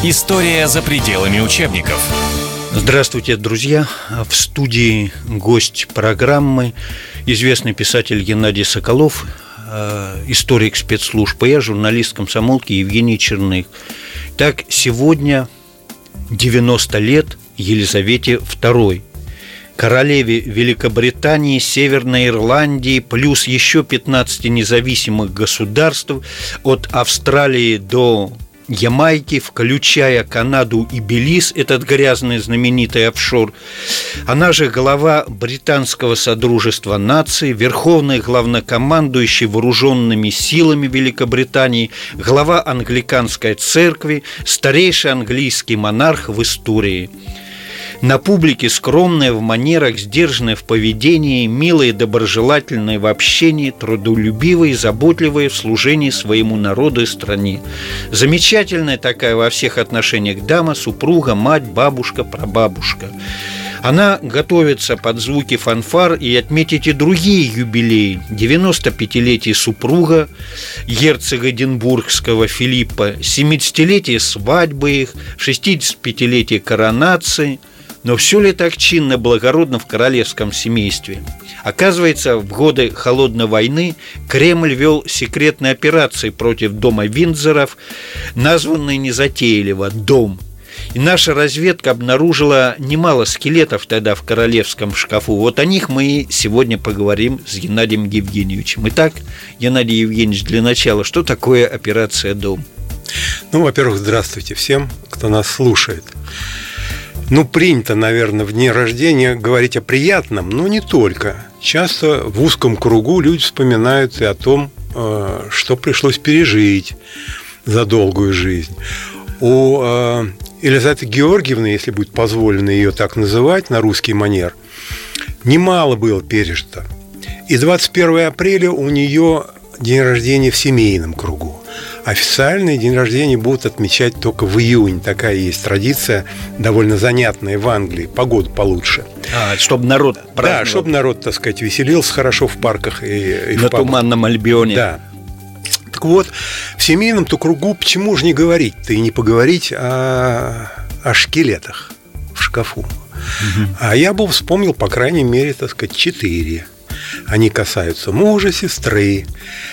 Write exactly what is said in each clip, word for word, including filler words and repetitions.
История за пределами учебников. Здравствуйте, друзья! В студии гость программы известный писатель Геннадий Соколов, историк спецслужб, и я, журналист комсомолки Евгений Черных. Так, сегодня девяносто лет Елизавете второй, королеве Великобритании, Северной Ирландии, плюс еще пятнадцати независимых государств от Австралии до Ямайки, включая Канаду и Белиз, этот грязный знаменитый офшор. Она же глава британского содружества наций, верховный главнокомандующий вооруженными силами Великобритании, глава англиканской церкви, старейший английский монарх в истории. На публике скромная в манерах, сдержанная в поведении, милая и доброжелательная в общении, трудолюбивая и заботливая в служении своему народу и стране. Замечательная такая во всех отношениях дама, супруга, мать, бабушка, прабабушка. Она готовится под звуки фанфар и отметить и другие юбилеи. девяносто пятилетие супруга герцога Эдинбургского Филиппа, семидесятилетие свадьбы их, шестидесятипятилетие коронации. Но все ли так чинно, благородно в королевском семействе? Оказывается, в годы Холодной войны Кремль вел секретные операции против дома Виндзоров, названные незатейливо «Дом». И наша разведка обнаружила немало скелетов тогда в королевском шкафу. Вот о них мы и сегодня поговорим с Геннадием Евгеньевичем. Итак, Геннадий Евгеньевич, для начала, что такое операция «Дом»? Ну, во-первых, здравствуйте всем, кто нас слушает. Ну, принято, наверное, в дни рождения говорить о приятном, но не только. Часто в узком кругу люди вспоминают и о том, что пришлось пережить за долгую жизнь. У Елизаветы Георгиевны, если будет позволено ее так называть на русский манер, немало было пережито. И двадцать первого апреля у нее день рождения в семейном кругу. Официальный день рождения будут отмечать только в июне. Такая есть традиция, довольно занятная в Англии. Погода получше. А, чтобы народ праздновал. Да, чтобы народ, так сказать, веселился хорошо в парках и, и на в пабах. Туманном Альбионе. Да. Так вот, в семейном-то кругу почему же не говорить-то и не поговорить о, о шкелетах в шкафу? Угу. А я бы вспомнил, по крайней мере, так сказать, четыре. Они касаются мужа, сестры,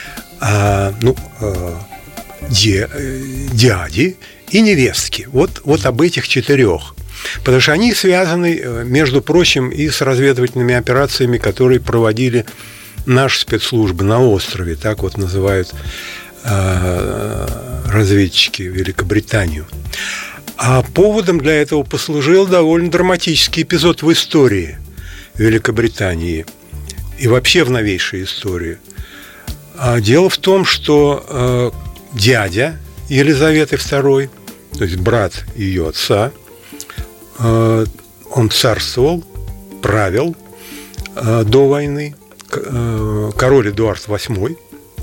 а, ну, а, де, дяди и невестки. Вот, вот об этих четырех. Потому что они связаны, между прочим, и с разведывательными операциями, которые проводили наши спецслужбы на острове, так вот называют э, разведчики Великобританию. А поводом для этого послужил довольно драматический эпизод в истории Великобритании и вообще в новейшей истории. А дело в том, что э, дядя Елизаветы второй, то есть брат ее отца, э, он царствовал, правил э, до войны. Король Эдуард восьмой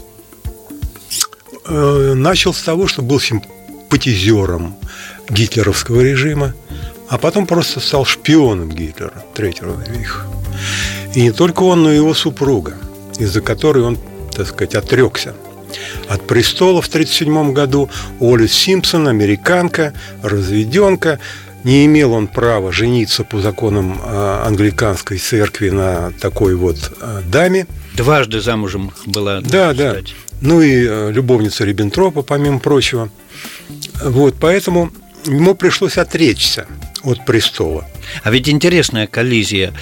начал с того, что был симпатизером гитлеровского режима, а потом просто стал шпионом Гитлера, Третьего рейха. И не только он, но и его супруга, из-за которой он, так сказать, отрекся от престола в тридцать седьмом году. Уоллес Симпсон, американка, разведенка. Не имел он права жениться по законам англиканской церкви на такой вот даме. Дважды замужем была. Да, да. да. Ну и любовница Риббентропа, помимо прочего. Вот, поэтому ему пришлось отречься от престола. А ведь интересная коллизия.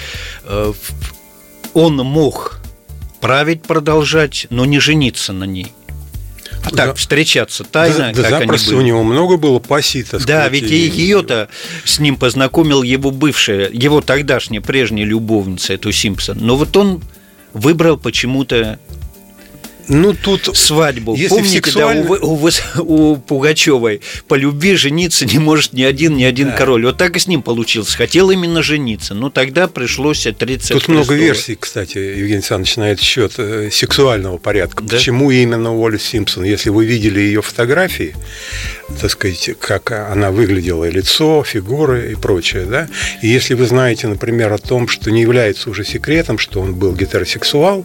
Он мог править, продолжать, но не жениться на ней. А так, встречаться тайно, да, как да, они запросто были. У него много было пассий, так да, сказать. ведь и ее-то с ним познакомил его бывшая, его тогдашняя прежняя любовница, эту Симпсон. Но вот он выбрал почему-то ну, тут, свадьбу. если Помните, сексуально... да, у, у, у Пугачевой по любви жениться не может ни один, ни один да. король. Вот так и с ним получилось. Хотел именно жениться, но тогда пришлось отрицать. Тут много версий, кстати, Евгений Александрович, на этот счет сексуального порядка. Да? Почему именно Уоллес Симпсон? Если вы видели ее фотографии, так сказать, как она выглядела, лицо, фигуры и прочее, да? И если вы знаете, например, о том, что не является уже секретом, что он был гетеросексуал,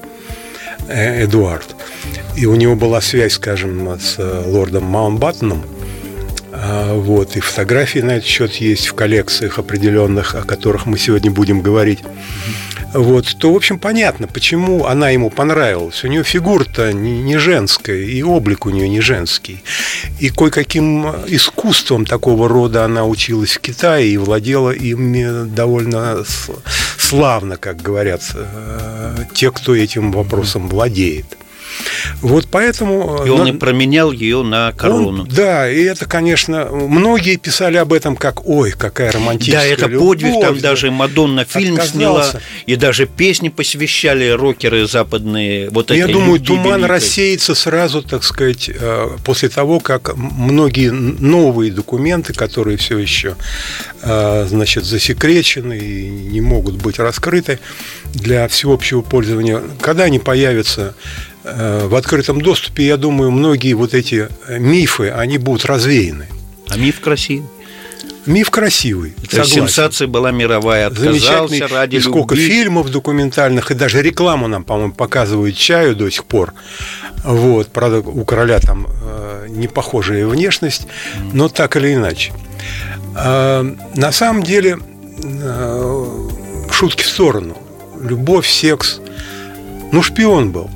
Эдуард, и у него была связь, скажем, с лордом Маунтбаттеном, Вот, и фотографии на этот счет есть в коллекциях определенных, о которых мы сегодня будем говорить. Вот, то, в общем, понятно, почему она ему понравилась. У нее фигура-то не, не женская, и облик у нее не женский. И кое-каким искусством такого рода она училась в Китае и владела им довольно славно, как говорят те, кто этим вопросом владеет. Вот поэтому... И он и променял ее на корону. Он, да, и это, конечно, многие писали об этом как, ой, какая романтическая Да, это любовь. подвиг, там даже Мадонна фильм Отказался. сняла, и даже песни посвящали рокеры западные. Вот Я этой думаю, любви туман великой. рассеется сразу, так сказать, после того, как многие новые документы, которые все еще, значит, засекречены и не могут быть раскрыты для всеобщего пользования, когда они появятся в открытом доступе, я думаю, многие вот эти мифы, они будут развеяны. А миф красивый. Миф красивый, Это согласен. сенсация была мировая. Отказался ради и сколько любви. фильмов документальных, и даже рекламу нам, по-моему, показывают чаю до сих пор. Вот, правда, у короля там э, не похожая внешность, но так или иначе. Э, на самом деле, э, шутки в сторону. Любовь, секс. Ну, шпион был,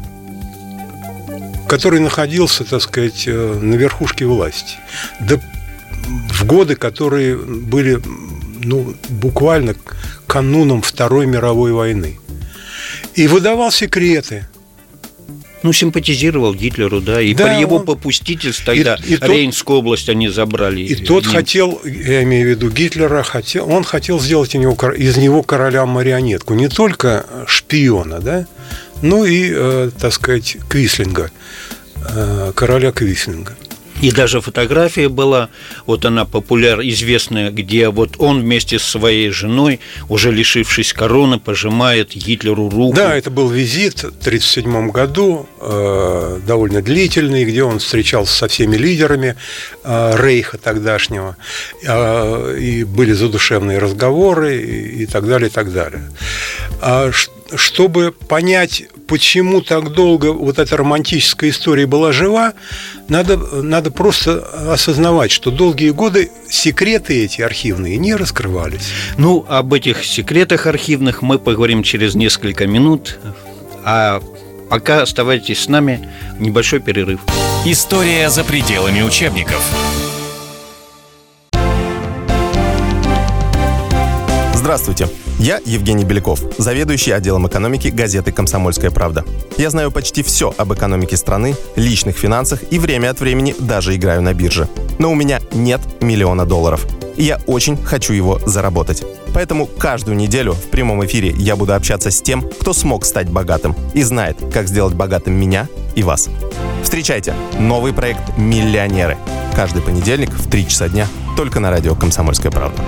который находился, так сказать, на верхушке власти. Да в годы, которые были, ну, буквально кануном Второй мировой войны. И выдавал секреты. Ну, симпатизировал Гитлеру, да, и Да, по его он... попустительству тогда и, и Рейнскую область они забрали. И тот немцы. хотел, я имею в виду Гитлера, хотел, он хотел сделать из него, из него короля-марионетку. Не только шпиона, да, но и, э, так сказать, Квислинга, э, короля Квислинга. И даже фотография была, вот она популярна, известная, где вот он вместе с своей женой, уже лишившись короны, пожимает Гитлеру руку. Да, это был визит в тысяча девятьсот тридцать седьмом году, э, довольно длительный, где он встречался со всеми лидерами э, Рейха тогдашнего, э, и были задушевные разговоры, и, и так далее, и так далее. А, чтобы понять, почему так долго вот эта романтическая история была жива, надо, надо просто осознавать, что долгие годы секреты эти архивные не раскрывались. Ну, об этих секретах архивных мы поговорим через несколько минут. А пока оставайтесь с нами, небольшой перерыв. История за пределами учебников. Здравствуйте, я Евгений Беляков, заведующий отделом экономики газеты «Комсомольская правда». Я знаю почти все об экономике страны, личных финансах и время от времени даже играю на бирже. Но у меня нет миллиона долларов, и я очень хочу его заработать. Поэтому каждую неделю в прямом эфире я буду общаться с тем, кто смог стать богатым и знает, как сделать богатым меня и вас. Встречайте новый проект «Миллионеры». Каждый понедельник в три часа дня только на радио «Комсомольская правда».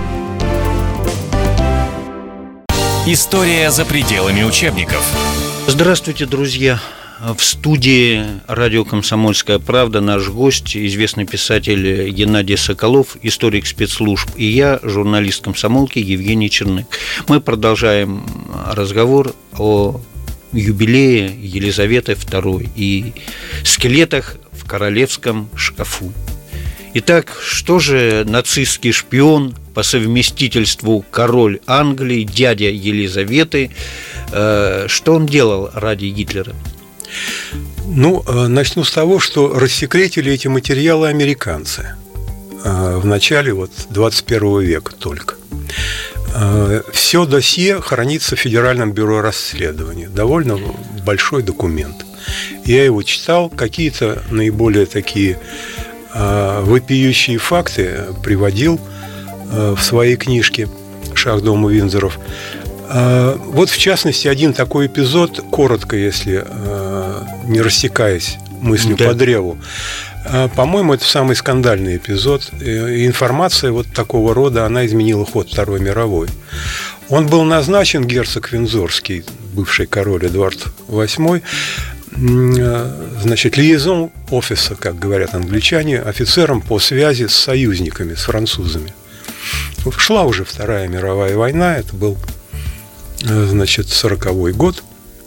История за пределами учебников. Здравствуйте, друзья. В студии радио «Комсомольская правда» наш гость, известный писатель Геннадий Соколов, историк спецслужб, и я, журналист «Комсомолки» Евгений Черных. Мы продолжаем разговор о юбилее Елизаветы второй и скелетах в королевском шкафу. Итак, что же нацистский шпион, по совместительству король Англии, дядя Елизаветы, э, что он делал ради Гитлера? Ну, начну с того, что рассекретили эти материалы американцы в начале вот двадцать первого века только. Все досье хранится в Федеральном бюро расследований. Довольно большой документ. Я его читал, какие-то наиболее такие вопиющие факты приводил в своей книжке «Шах дома Виндзоров». Вот, в частности, один такой эпизод, коротко, если не рассекаясь мыслью да. по древу. По-моему, это самый скандальный эпизод. И информация вот такого рода, она изменила ход Второй мировой. Он был назначен, герцог Виндзорский, бывший король Эдуард восьмой, значит, лиаизон офиса, как говорят англичане, офицером по связи с союзниками, с французами. Шла уже Вторая мировая война, это был, значит, сороковой год.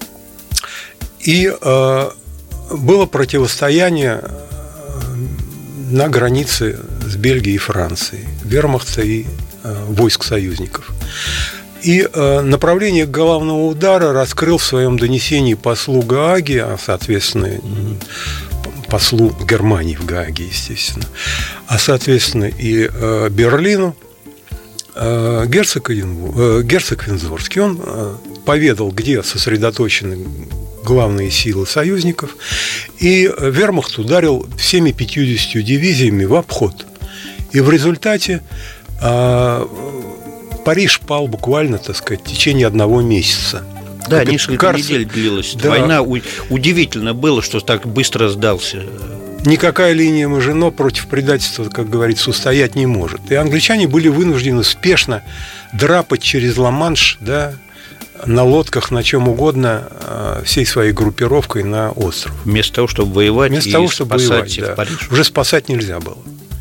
И э, было противостояние на границе с Бельгией и Францией, вермахта и э, войск союзников. И э, направление главного удара раскрыл в своем донесении послу Гааге, а, соответственно, послу Германии в Гааге, естественно, а, соответственно, и э, Берлину, э, герцог, э, герцог Виндзорский. Он э, поведал, где сосредоточены главные силы союзников, и вермахт ударил всеми пятьюдесятью дивизиями в обход. И в результате э, Париж пал буквально, так сказать, в течение одного месяца. Да, Капит... несколько Карс... недель длилась да. война. Удивительно было, что так быстро сдался. Никакая линия Мажино против предательства, как говорится, устоять не может. И англичане были вынуждены спешно драпать через Ла-Манш, да, на лодках, на чем угодно, всей своей группировкой на остров. Вместо того, чтобы воевать Вместо и того, чтобы спасать воевать, да. в Париж. Уже спасать нельзя было.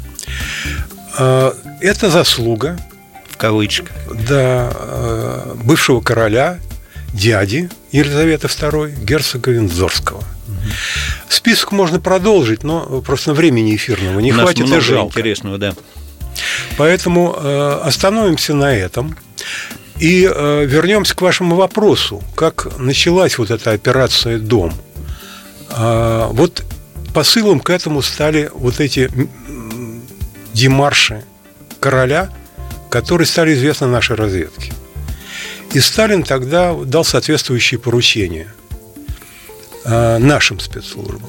Это заслуга, в кавычках, да, бывшего короля, дяди Елизаветы второй, герцога Виндзорского. Угу. Список можно продолжить, но просто времени эфирного не У нас хватит, много и жалко. Интересного, да. Поэтому э, остановимся на этом и э, вернемся к вашему вопросу, как началась вот эта операция «Дом». Э, вот посылом к этому стали вот эти демарши короля, которые стали известны нашей разведке. И Сталин тогда дал соответствующие поручения э, нашим спецслужбам.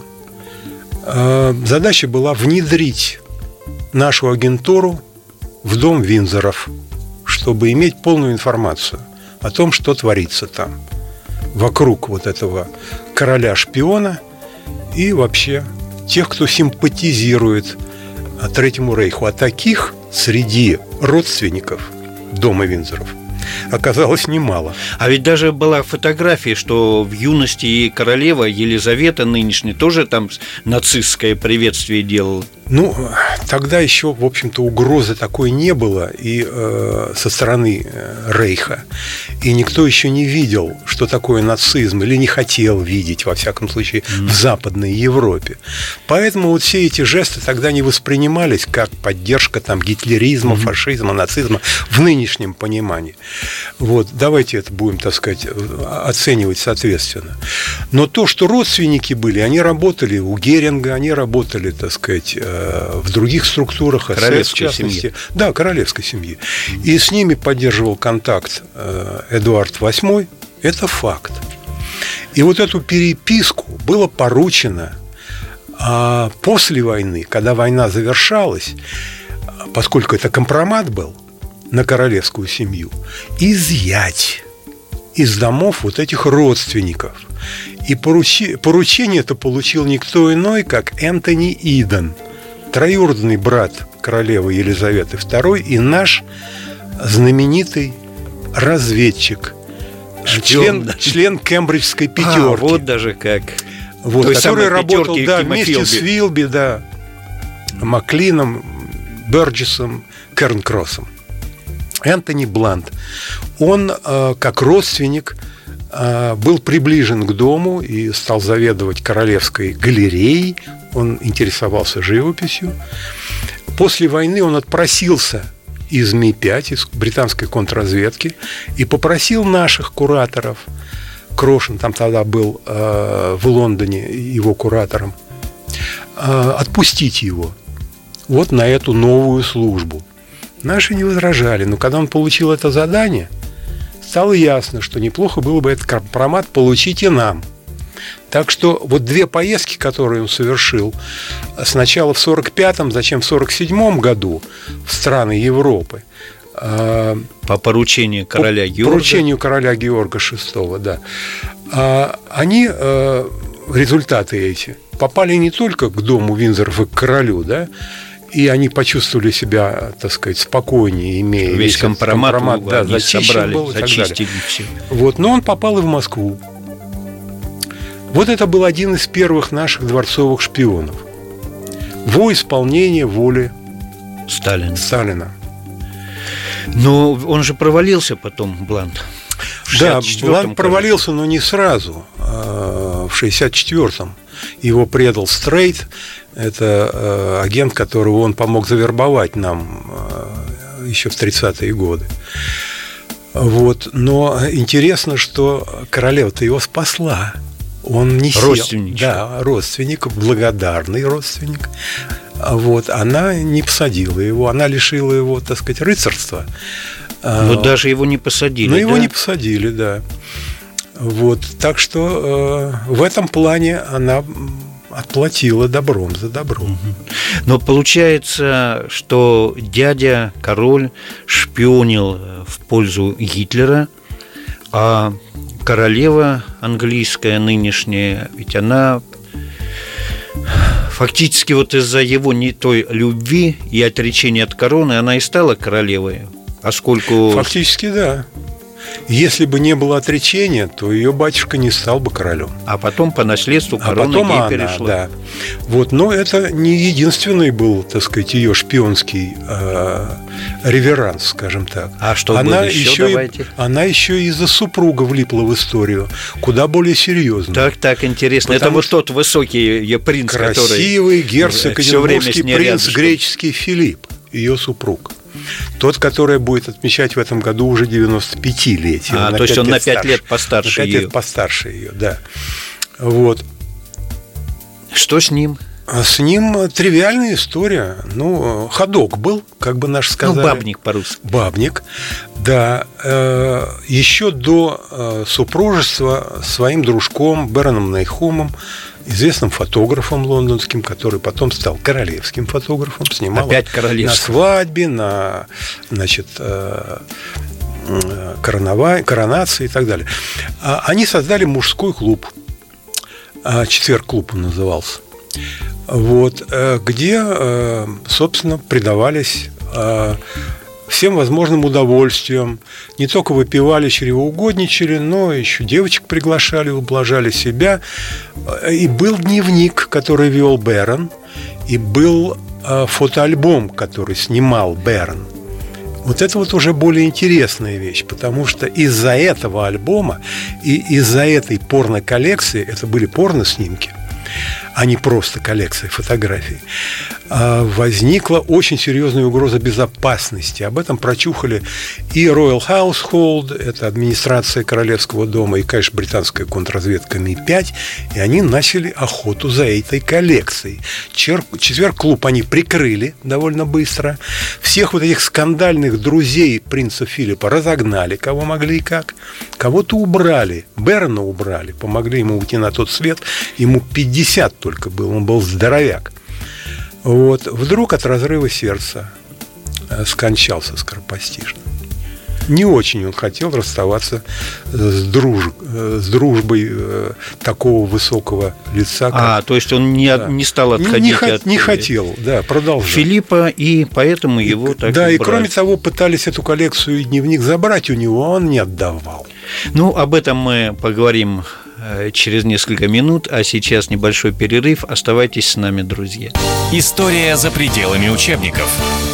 Э, задача была внедрить нашу агентуру в дом Виндзоров, чтобы иметь полную информацию о том, что творится там, вокруг вот этого короля-шпиона и вообще тех, кто симпатизирует Третьему Рейху. А таких среди родственников дома Виндзоров оказалось немало. А ведь даже была фотография, что в юности и королева Елизавета нынешняя тоже там нацистское приветствие делала. Ну, тогда еще, в общем-то, угрозы такой не было и э, со стороны э, Рейха. И никто еще не видел, что такое нацизм, или не хотел видеть, во всяком случае, mm. в Западной Европе. Поэтому вот все эти жесты тогда не воспринимались как поддержка там, гитлеризма, mm-hmm. фашизма, нацизма в нынешнем понимании. Вот, давайте это будем, так сказать, оценивать соответственно. Но то, что родственники были, они работали у Геринга, они работали, так сказать, в других структурах, СС, в частности. Семьи. Да, королевской семьи. И с ними поддерживал контакт Эдуард восьмой. Это факт. И вот эту переписку было поручено а после войны, когда война завершалась, поскольку это компромат был на королевскую семью, изъять из домов вот этих родственников. И поручи... поручение это получил никто иной, как Энтони Иден, троюродный брат королевы Елизаветы второй и наш знаменитый разведчик, член, член кембриджской пятерки. А, вот даже как. Вот, который работал да, вместе с Филби, да, Маклином, Бёрджесом, Кернкроссом. Энтони Блант. Он, э, как родственник, э, был приближен к дому и стал заведовать Королевской галереей. Он интересовался живописью. После войны он отпросился из Ми пять, из британской контрразведки, и попросил наших кураторов, Крошин там тогда был э, в Лондоне его куратором, э, отпустить его вот на эту новую службу. Наши не возражали, но когда он получил это задание, стало ясно, что неплохо было бы этот компромат получить и нам. Так что вот две поездки, которые он совершил, сначала в сорок пятом, затем в сорок седьмом году в страны Европы, по поручению короля по Георга. поручению короля Георга шестого, да. Они, результаты эти, попали не только к дому Виндзоров и к королю, да, и они почувствовали себя, так сказать, спокойнее, имея весь, весь компромат, компромат да, зачищен собрали, был и так далее. Все. Вот, но он попал и в Москву. Вот это был один из первых наших дворцовых шпионов во исполнение воли Сталина. Сталина. Но он же провалился потом, Блант. Да, Блант провалился, но не сразу. В шестьдесят четвёртом его предал Стрейт. Это э, агент, которого он помог завербовать нам э, еще в тридцатые годы. Вот. Но интересно, что королева-то его спасла. Он не сел. Родственничек. Да, родственник, благодарный родственник. Вот. Она не посадила его, она лишила его, так сказать, рыцарства. Но даже его не посадили. Но да? его не посадили, да. Вот. Так что э, в этом плане она отплатила добром за добром. Но получается, что дядя, король, шпионил в пользу Гитлера, а королева английская нынешняя, ведь она фактически вот из-за его не той любви и отречения от короны она и стала королевой. Поскольку... Фактически, да. Если бы не было отречения, то ее батюшка не стал бы королем. А потом по наследству корона а потом ей она, перешла. Да. Вот, но это не единственный был, так сказать, ее шпионский э, реверанс, скажем так. А что она было еще? еще Давайте. И, она еще и из-за супруга влипла в историю, куда более серьезно. Так, так, интересно. Потому это вот тот высокий принц, красивый герцог Эдинбургский принц греческий Филипп, ее супруг. Тот, который будет отмечать в этом году уже девяносто-пятилетие. А, то есть он на пять лет постарше ее. На пять лет постарше ее, да. Вот. Что с ним? А с ним тривиальная история. Ну, ходок был, как бы наш сказали. Ну, бабник по-русски. Бабник, да. Еще до супружества своим дружком Бероном Нейхумом, известным фотографом лондонским, который потом стал королевским фотографом, снимал Опять на свадьбе, на, значит, коронова... коронации и так далее. Они создали мужской клуб, «Четверг-клуб» он назывался, вот, где, собственно, предавались всем возможным удовольствием. Не только выпивали, чревоугодничали, но еще девочек приглашали, ублажали себя. И был дневник, который вел Берон, и был фотоальбом, который снимал Берон. Вот это вот уже более интересная вещь, потому что из-за этого альбома и из-за этой порно-коллекции, это были порно-снимки, а не просто коллекция фотографий, возникла очень серьезная угроза безопасности. Об этом прочухали и Royal Household, это администрация Королевского дома, и, конечно, британская контрразведка эм и пять, и они начали охоту за этой коллекцией. Четверг-клуб они прикрыли довольно быстро. Всех вот этих скандальных друзей принца Филиппа разогнали, кого могли и как. Кого-то убрали, Берона убрали, помогли ему уйти на тот свет. Ему пятьдесят только было, он был здоровяк. Вот. Вдруг от разрыва сердца скончался скоропостижно. Не очень он хотел расставаться с, друж... с дружбой такого высокого лица. Как... А, то есть он не, да. не стал отходить не, не, от... Не хотел, да, продолжал. Филиппа, и поэтому его и, так Да, и и кроме того, пытались эту коллекцию и дневник забрать у него, а он не отдавал. Ну, об этом мы поговорим через несколько минут, а сейчас небольшой перерыв. Оставайтесь с нами, друзья. История за пределами учебников.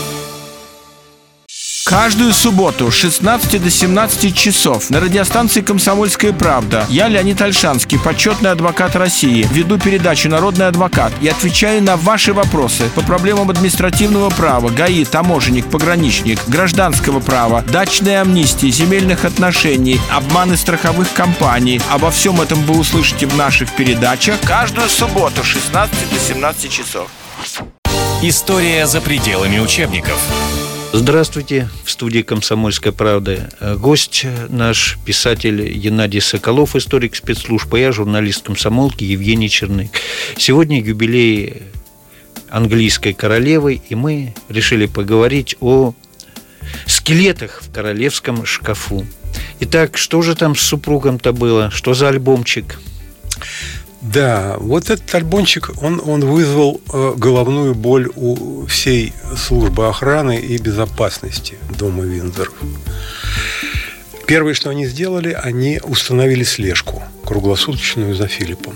Каждую субботу с шестнадцати до семнадцати часов на радиостанции «Комсомольская правда» я, Леонид Ольшанский, почетный адвокат России, веду передачу «Народный адвокат» и отвечаю на ваши вопросы по проблемам административного права, ГАИ, таможенник, пограничник, гражданского права, дачной амнистии, земельных отношений, обманы страховых компаний. Обо всем этом вы услышите в наших передачах каждую субботу с шестнадцати до семнадцати часов. История за пределами учебников. Здравствуйте, в студии «Комсомольская правда». Гость наш, писатель Геннадий Соколов, историк спецслужб, а я журналист «Комсомолки» Евгений Чернык. Сегодня юбилей английской королевы, и мы решили поговорить о скелетах в королевском шкафу. Итак, что же там с супругом-то было? Что за альбомчик? Да, вот этот альбомчик, он, он вызвал э, головную боль у всей службы охраны и безопасности дома Виндзоров. Первое, что они сделали, они установили слежку круглосуточную за Филиппом.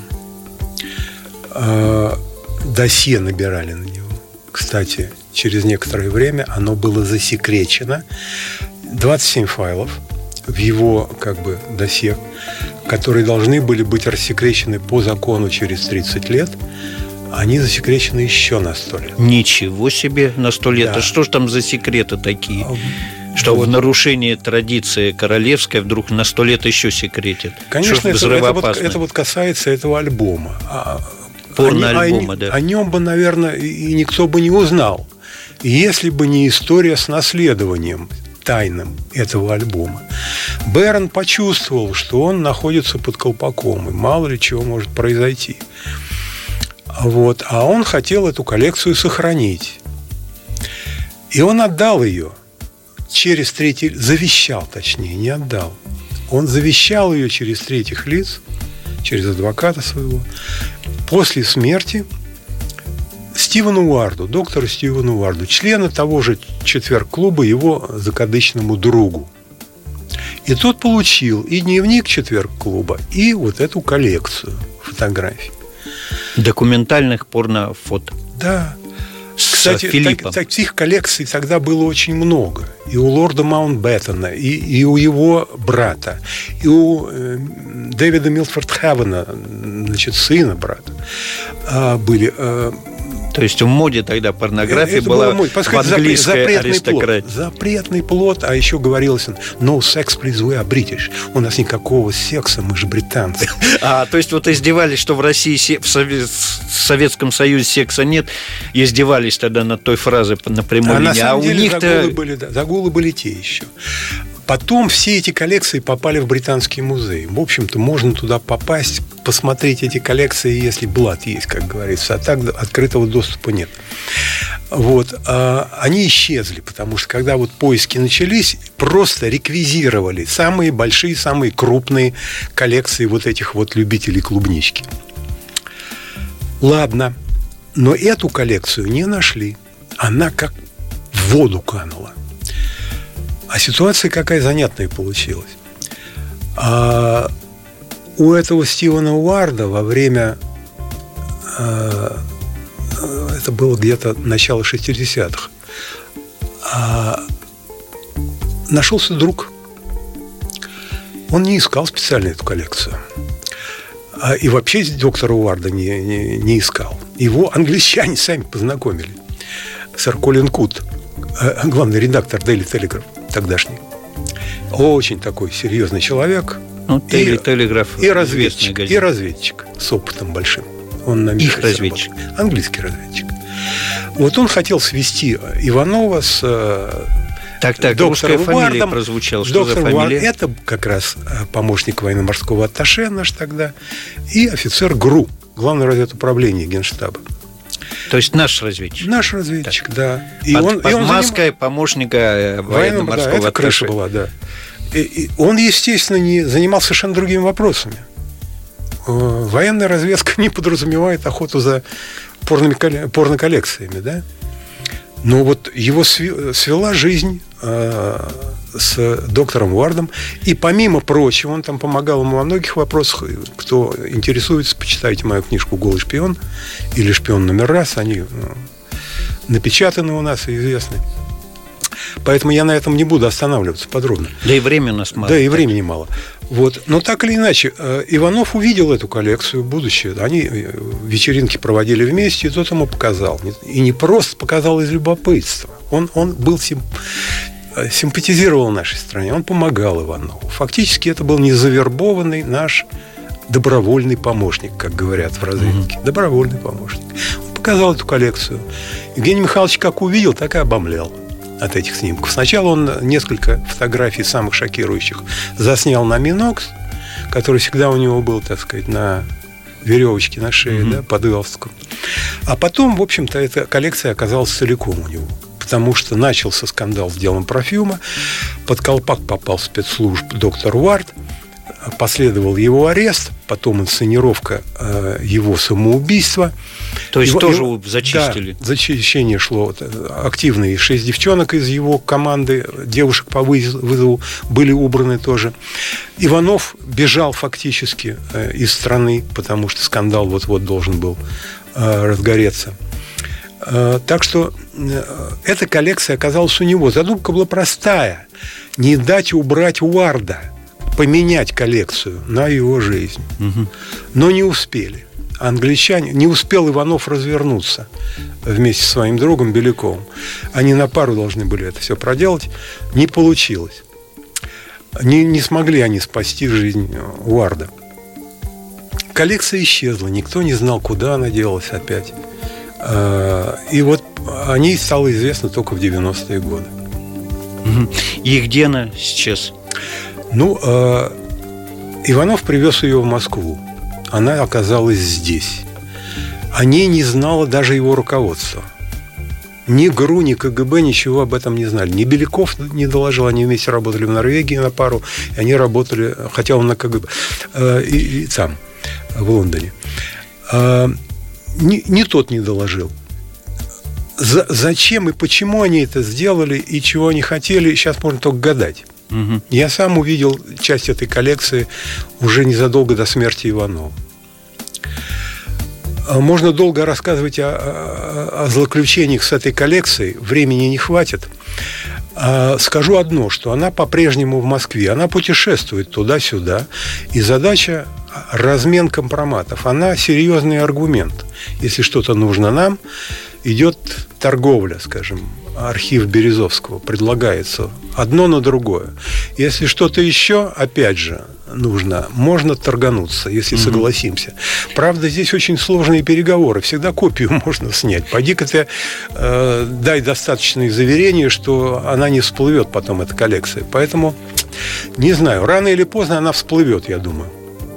Э, досье набирали на него. Кстати, через некоторое время оно было засекречено. двадцать семь файлов в его, как бы, досье, которые должны были быть рассекречены по закону через тридцать лет, они засекречены еще на сто лет. Ничего себе, на сто лет. Да. А что ж там за секреты такие? А, Что вот. в нарушении традиции королевской вдруг на сто лет еще секретит? Конечно, Что это, это, вот, взрывоопасно? это вот касается этого альбома. А, Порно-альбома, о, да. О нем бы, наверное, и никто бы не узнал, если бы не история с наследованием тайным этого альбома. Бэрон почувствовал, что он находится под колпаком, и мало ли чего может произойти. Вот. А он хотел эту коллекцию сохранить. И он отдал ее через третий... Завещал, точнее, не отдал. Он завещал ее через третьих лиц, через адвоката своего, после смерти Стивену Уарду, доктору Стивену Уарду, члена того же четверг-клуба, его закадычному другу. И тот получил и дневник четверг-клуба, и вот эту коллекцию фотографий. Документальных порно-фото. Да. С Кстати, Филиппом. так, таких коллекций тогда было очень много. И у лорда Маунтбеттена, и, и у его брата, и у э, Дэвида Милфорд Хавена, значит, сына брата, э, были. Э, То есть в моде тогда порнография это была было, в английской запретный аристократии. плод, запретный плод, а еще говорилось: no sex, please, we are British. У нас никакого секса, мы же британцы. А, то есть вот издевались, что в России, в Советском Союзе секса нет, и издевались тогда над той фразой на прямой А линии. на самом а у деле них-то... загулы были, да, загулы были те еще. Потом все эти коллекции попали в Британский музей. В общем-то, можно туда попасть, посмотреть эти коллекции, если блат есть, как говорится. А так открытого доступа нет. Вот. А они исчезли, потому что когда вот поиски начались, просто реквизировали самые большие, самые крупные коллекции вот этих вот любителей клубнички. Ладно. Но эту коллекцию не нашли. Она как в воду канула. А ситуация какая занятная получилась. А у этого Стивена Уарда во время... А, это было где-то начало шестидесятых. А, нашелся друг. Он не искал специально эту коллекцию. А, и вообще доктора Уарда не, не, не искал. Его англичане сами познакомили. Сэр Колин Кут, главный редактор Daily Telegraph тогдашний. Очень такой серьезный человек. Ну, Daily Telegraph и разведчик, и разведчик с опытом большим. Он на Их разведчик. Работал. Английский разведчик. Вот он хотел свести Иванова с так, так, доктором русская фамилия Уардом. прозвучала. Что Доктор за фамилия? Уард, это как раз помощник военно-морского атташе наш тогда, и офицер ГРУ, главное разведуправление Генштаба. То есть наш разведчик. Наш разведчик, так. Да. И под, он, под и он маской заним... помощника военно-морского да, это атташе. Крыша была, да. И, и он, естественно, не занимался совершенно другими вопросами. Военная разведка не подразумевает охоту за порными, порноколлекциями, да? Но вот его свела жизнь э, с доктором Уардом. И помимо прочего, он там помогал ему во многих вопросах. Кто интересуется, почитайте мою книжку «Голый шпион» или «Шпион номер раз». Они ну, напечатаны у нас и известны. Поэтому я на этом не буду останавливаться подробно. Да и времени у нас мало. Да и времени мало. Вот. Но так или иначе, Иванов увидел эту коллекцию, будучи, они вечеринки проводили вместе, и тот ему показал. И не просто показал из любопытства. Он, он был сим, симпатизировал нашей стране, он помогал Иванову. Фактически это был незавербованный наш добровольный помощник, как говорят в разведке. Mm-hmm. Добровольный помощник. Он показал эту коллекцию. Евгений Михайлович как увидел, так и обомлел от этих снимков. Сначала он несколько фотографий самых шокирующих заснял на Минокс, который всегда у него был, так сказать, на веревочке на шее, mm-hmm. да, под галстуком. А потом, в общем-то, эта коллекция оказалась целиком у него. Потому что начался скандал с делом Парфюма, под колпак попал спецслужб доктор Уард, последовал его арест, потом инсценировка э, его самоубийства. То есть его, тоже его, зачистили? Да, зачищение шло. Активные шесть девчонок из его команды, девушек по вызову были убраны тоже. Иванов бежал фактически э, из страны, потому что скандал вот-вот должен был э, разгореться. Э, так что э, эта коллекция оказалась у него. Задумка была простая. Не дать убрать Уарда, поменять коллекцию на его жизнь. Угу. Но не успели. англичане, не успел Иванов развернуться вместе со своим другом Беляковым. Они на пару должны были это все проделать. Не получилось. Не, не смогли они спасти жизнь Уарда. Коллекция исчезла. Никто не знал, куда она делась опять. И вот о ней стало известно только в девяностые годы. И где она сейчас? Ну, Иванов привез ее в Москву. Она оказалась здесь. О ней не знало даже его руководство. Ни ГРУ, ни КГБ ничего об этом не знали. Ни Беляков не доложил. Они вместе работали в Норвегии на пару. И они работали, хотя он на КГБ, и, и там, в Лондоне. Ни, ни тот не доложил. За, зачем и почему они это сделали, и чего они хотели, сейчас можно только гадать. Угу. Я сам увидел часть этой коллекции уже незадолго до смерти Иванова. Можно долго рассказывать о, о, о злоключениях с этой коллекцией, времени не хватит. Скажу одно, что она по-прежнему в Москве, она путешествует туда-сюда, и задача – размен компроматов. Она серьезный аргумент. Если что-то нужно нам, идет торговля, скажем, архив Березовского, предлагается одно на другое. Если что-то еще, опять же, нужно, можно торгануться, если mm-hmm. согласимся. Правда, здесь очень сложные переговоры. Всегда копию можно снять. Пойди-ка ты э, дай достаточные заверения, что она не всплывет потом, эта коллекция. Поэтому, не знаю, рано или поздно она всплывет, я думаю.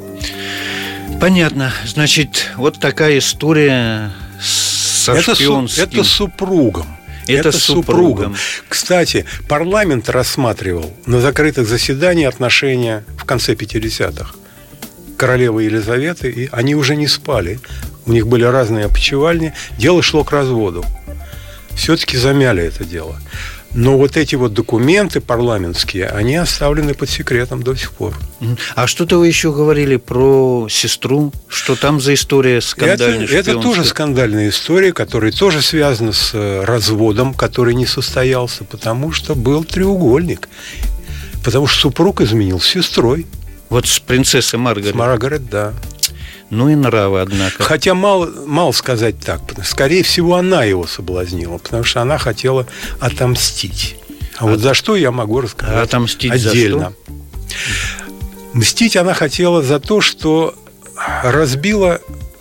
Понятно. Значит, вот такая история со это шпионским... Су- это с супругом. Это, это с супругом. супругом. Кстати, парламент рассматривал на закрытых заседаниях отношения в конце пятидесятых королевы Елизаветы, и они уже не спали. У них были разные опочивальни. Дело шло к разводу. Все-таки замяли это дело. Но вот эти вот документы парламентские, они оставлены под секретом до сих пор. А что-то вы еще говорили про сестру? Что там за история скандальная? Это, это тоже скандальная история, которая тоже связана с разводом, который не состоялся, потому что был треугольник. Потому что супруг изменил с сестрой. Вот с принцессой Маргарет. С Маргарет, да. Ну и нравы, однако. Хотя мало, мало сказать так. Скорее всего, она его соблазнила, потому что она хотела отомстить. А, а вот за что я могу рассказать отомстить отдельно. За что? Мстить она хотела за то, что разбила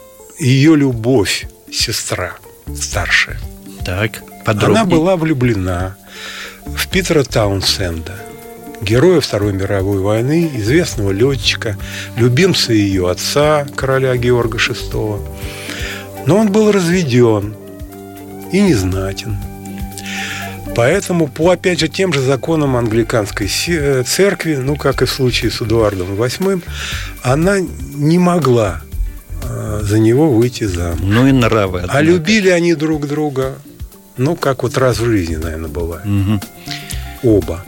ее любовь сестра старшая. Так, подробнее. Она была влюблена в Питера Таунсенда, героя Второй мировой войны, известного летчика, любимца ее отца, короля Георга шестого. Но он был разведен и незнатен. Поэтому, по, опять же, тем же законам англиканской церкви, ну, как и в случае с Эдуардом восьмым, она не могла э, за него выйти замуж. Ну и нравы, однако. А любили они друг друга, ну, как вот раз в жизни, наверное, бывает. Угу. Оба.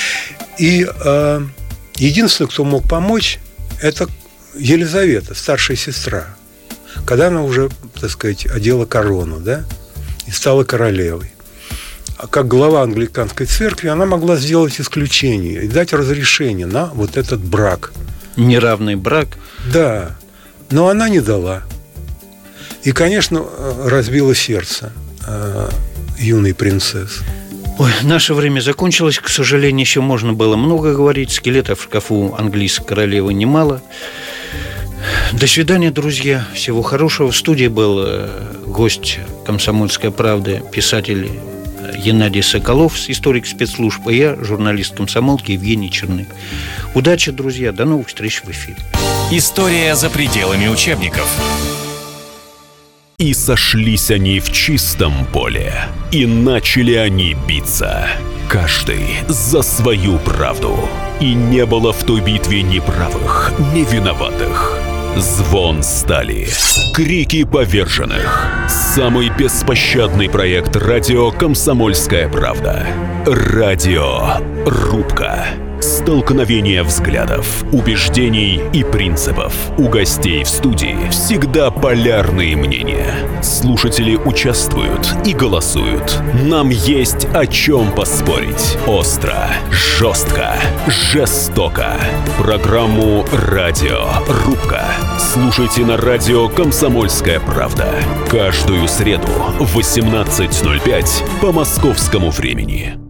И э, единственное, кто мог помочь, это Елизавета, старшая сестра. Когда она уже, так сказать, одела корону, да, и стала королевой. А как глава англиканской церкви, она могла сделать исключение и дать разрешение на вот этот брак. Неравный брак? Да, но она не дала. И, конечно, разбила сердце э, юной принцессы. Ой, наше время закончилось, к сожалению, еще можно было много говорить. Скелетов в шкафу английской королевы немало. До свидания, друзья. Всего хорошего. В студии был гость «Комсомольской правды», писатель Геннадий Соколов, историк спецслужб, и я, журналист «Комсомолки» Евгений Черных. Удачи, друзья. До новых встреч в эфире. История за пределами учебников. И сошлись они в чистом поле, и начали они биться, каждый за свою правду. И не было в той битве ни правых, ни виноватых. Звон стали, крики поверженных. Самый беспощадный проект радио «Комсомольская правда». Радиорубка. Столкновение взглядов, убеждений и принципов. У гостей в студии всегда полярные мнения. Слушатели участвуют и голосуют. Нам есть о чем поспорить. Остро, жестко, жестоко. Программу «Радио Рубка» слушайте на радио «Комсомольская правда». Каждую среду в восемнадцать ноль пять по московскому времени.